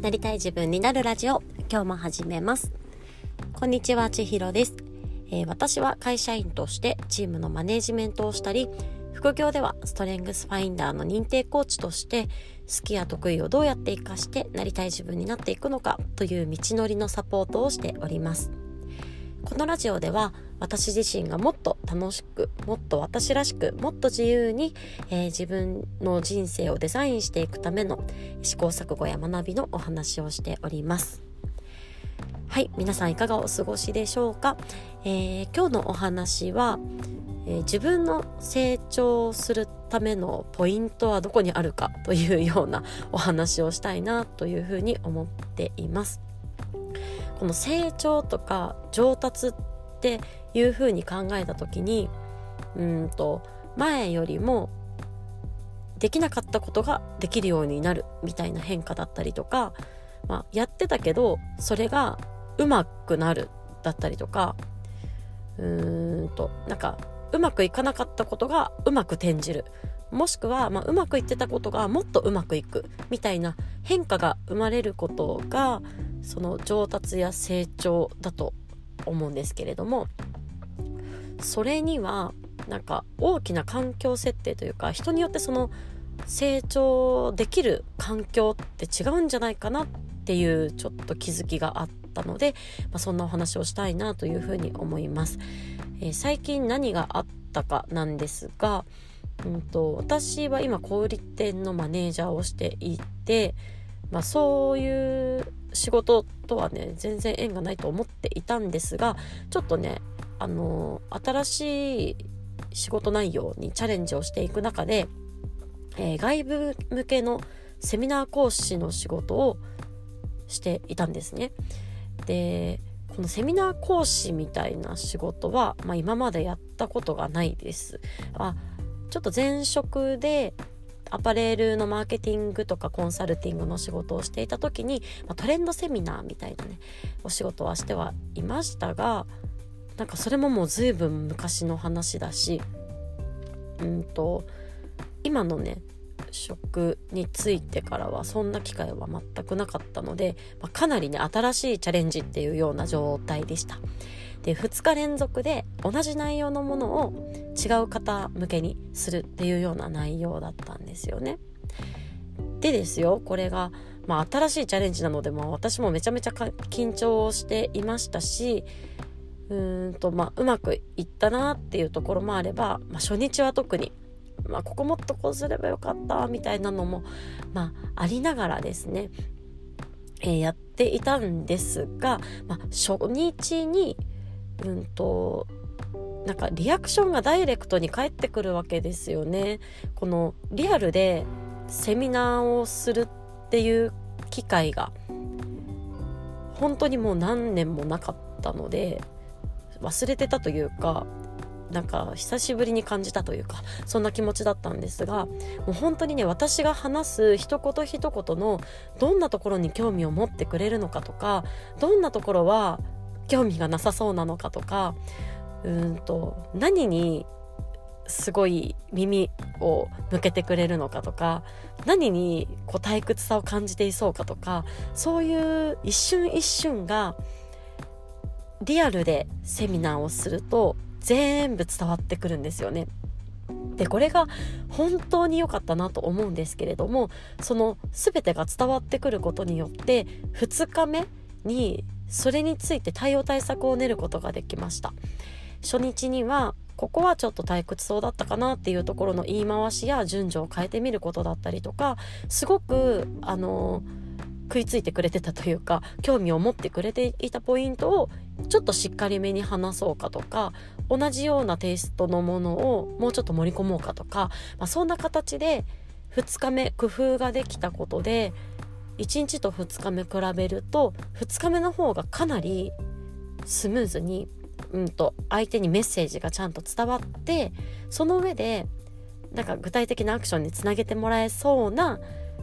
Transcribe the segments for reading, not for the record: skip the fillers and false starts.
なりたい自分になるラジオ、今日も始めます。こんにちは、千尋です。私は会社員としてチームのマネージメントをしたり、副業ではストレングスファインダーの認定コーチとして好きや得意をどうやって活かしてなりたい自分になっていくのかという道のりのサポートをしております。このラジオでは私自身がもっと楽しく、もっと私らしく、もっと自由に、自分の人生をデザインしていくための試行錯誤や学びのお話をしております。はい、皆さんいかがお過ごしでしょうか。今日のお話は、自分の成長するためのポイントはどこにあるかというようなお話をしたいなというふうに思っています。この成長とか上達っていうふうに考えたときに、前よりもできなかったことができるようになるみたいな変化だったりとか、やってたけどそれがうまくなるだったりとか、なんかうまくいかなかったことがうまく転じる、もしくは、うまくいってたことがもっとうまくいくみたいな変化が生まれることがその上達や成長だと思うんですけれども、それにはなんか大きな環境設定というか、人によってその成長できる環境って違うんじゃないかなっていうちょっと気づきがあったので、そんなお話をしたいなというふうに思います。最近何があったかなんですが、私は今小売店のマネージャーをしていて、そういう仕事とはね全然縁がないと思っていたんですが、ちょっとね新しい仕事内容にチャレンジをしていく中で、外部向けのセミナー講師の仕事をしていたんですね。で、このセミナー講師みたいな仕事は、今までやったことがないです。ちょっと前職でアパレルのマーケティングとかコンサルティングの仕事をしていた時に、トレンドセミナーみたいなねお仕事はしてはいましたが、なんかそれももう随分昔の話だし、今のね職についてからはそんな機会は全くなかったので、かなりね新しいチャレンジっていうような状態でした。で、2日連続で同じ内容のものを違う方向けにするっていうような内容だったんですよね。でですよ、これが、新しいチャレンジなので、私もめちゃめちゃ緊張していましたし、うまくいったなっていうところもあれば、初日は特に、ここもっとこうすればよかったみたいなのも、ありながらですね、やっていたんですが、初日になんかリアクションがダイレクトに返ってくるわけですよね。このリアルでセミナーをするっていう機会が本当にもう何年もなかったので、忘れてたというか、なんか久しぶりに感じたというか、そんな気持ちだったんですが、もう本当にね、私が話す一言一言のどんなところに興味を持ってくれるのかとか、どんなところは興味がなさそうなのかとか、何にすごい耳を向けてくれるのかとか、何に退屈さを感じていそうかとか、そういう一瞬一瞬がリアルでセミナーをすると全部伝わってくるんですよね。で、これが本当に良かったなと思うんですけれども、その全てが伝わってくることによって2日目にそれについて対応対策を練ることができました。初日にはここはちょっと退屈そうだったかなっていうところの言い回しや順序を変えてみることだったりとか、すごく食いついてくれてたというか、興味を持ってくれていたポイントをちょっとしっかりめに話そうかとか、同じようなテイストのものをもうちょっと盛り込もうかとか、そんな形で2日目工夫ができたことで、1日と2日目比べると2日目の方がかなりスムーズに相手にメッセージがちゃんと伝わって、その上でなんか具体的なアクションにつなげてもらえそうな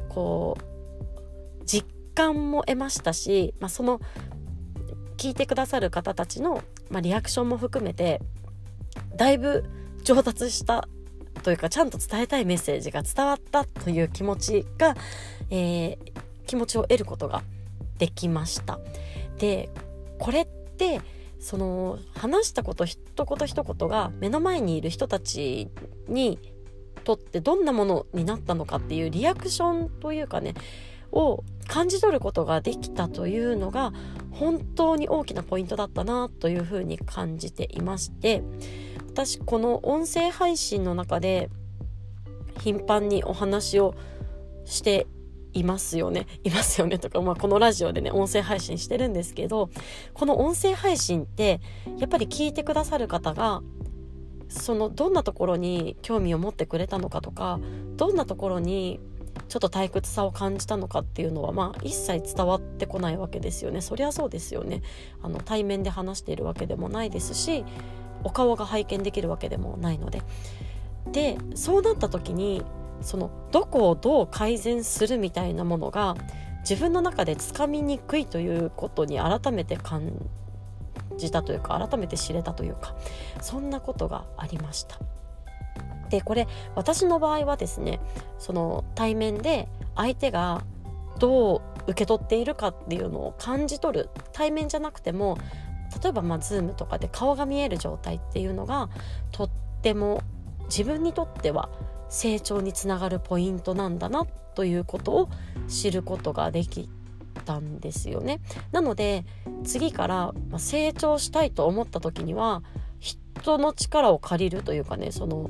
実感も得ましたし、その聞いてくださる方たちの、リアクションも含めてだいぶ上達したというか、ちゃんと伝えたいメッセージが伝わったという気持ちを得ることができました。でこれってその話したこと一言一言が目の前にいる人たちにとってどんなものになったのかっていうリアクションというかねを感じ取ることができたというのが本当に大きなポイントだったなというふうに感じていまして、私この音声配信の中で頻繁にお話をしていますよねとか、このラジオでね音声配信してるんですけど、この音声配信ってやっぱり聞いてくださる方がそのどんなところに興味を持ってくれたのかとか、どんなところにちょっと退屈さを感じたのかっていうのは一切伝わってこないわけですよね。そりゃそうですよね。対面で話しているわけでもないですし、お顔が拝見できるわけでもないので、そうなった時にそのどこをどう改善するみたいなものが自分の中でつかみにくいということに改めて感じたというか、改めて知れたというか、そんなことがありました。でこれ私の場合はですね、その対面で相手がどう受け取っているかっていうのを感じ取る、対面じゃなくても例えばZoomとかで顔が見える状態っていうのがとっても自分にとっては成長につながるポイントなんだなということを知ることができたんですよね。なので次から成長したいと思った時には人の力を借りるというかね、その、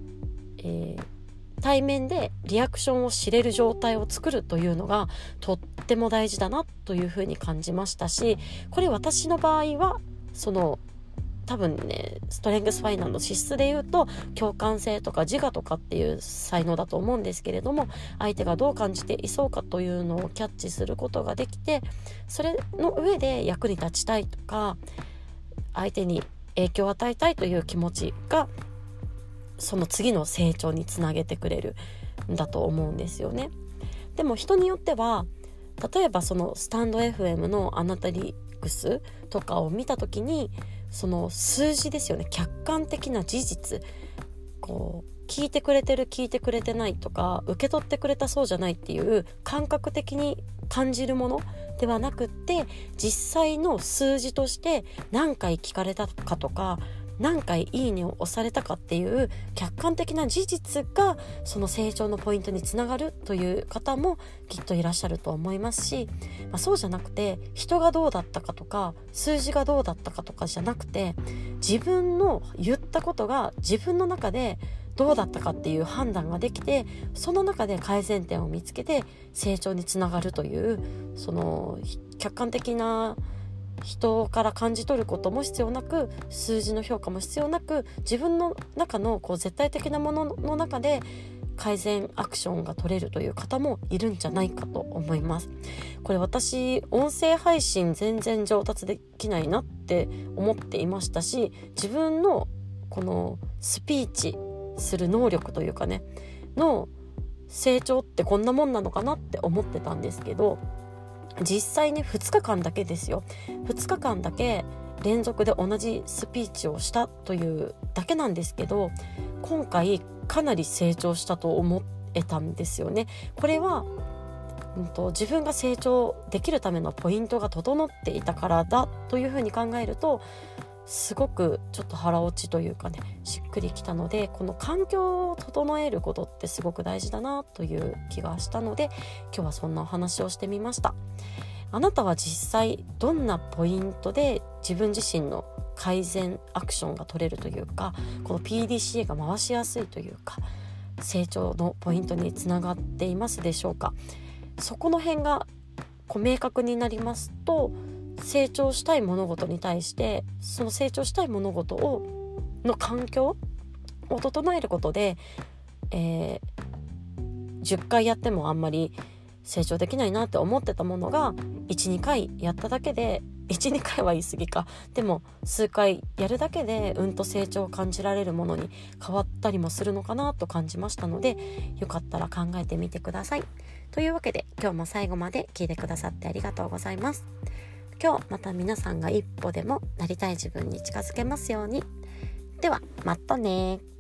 対面でリアクションを知れる状態を作るというのがとっても大事だなというふうに感じましたし、これ私の場合はその多分ねストレングスファインダーの資質で言うと共感性とか自我とかっていう才能だと思うんですけれども、相手がどう感じていそうかというのをキャッチすることができて、それの上で役に立ちたいとか相手に影響を与えたいという気持ちがその次の成長につなげてくれるんだと思うんですよね。でも人によっては例えばそのスタンド FM のアナタリクスとかを見た時にその数字ですよね、客観的な事実、こう聞いてくれてる聞いてくれてないとか受け取ってくれたそうじゃないっていう感覚的に感じるものではなくって、実際の数字として何回聞かれたかとか何回いいねを押されたかっていう客観的な事実がその成長のポイントにつながるという方もきっといらっしゃると思いますし、そうじゃなくて人がどうだったかとか数字がどうだったかとかじゃなくて、自分の言ったことが自分の中でどうだったかっていう判断ができて、その中で改善点を見つけて成長につながるという、その客観的な人から感じ取ることも必要なく、数字の評価も必要なく、自分の中の絶対的なものの中で改善アクションが取れるという方もいるんじゃないかと思います。これ私音声配信全然上達できないなって思っていましたし、自分のこのスピーチする能力というかねの成長ってこんなもんなのかなって思ってたんですけど、実際に2日間だけですよ、2日間だけ連続で同じスピーチをしたというだけなんですけど、今回かなり成長したと思えたんですよね。これは、自分が成長できるためのポイントが整っていたからだというふうに考えると、すごくちょっと腹落ちというかねしっくりきたので、この環境を整えることってすごく大事だなという気がしたので、今日はそんなお話をしてみました。あなたは実際どんなポイントで自分自身の改善アクションが取れるというか、この PDCA が回しやすいというか成長のポイントにつながっていますでしょうか。そこの辺が明確になりますと、成長したい物事に対してその成長したい物事の環境を整えることで、10回やってもあんまり成長できないなって思ってたものが 1,2 回やっただけで、1,2 回は言い過ぎか、でも数回やるだけで成長を感じられるものに変わったりもするのかなと感じましたので、よかったら考えてみてください。というわけで今日も最後まで聞いてくださってありがとうございます。今日また皆さんが一歩でもなりたい自分に近づけますように。ではまたね。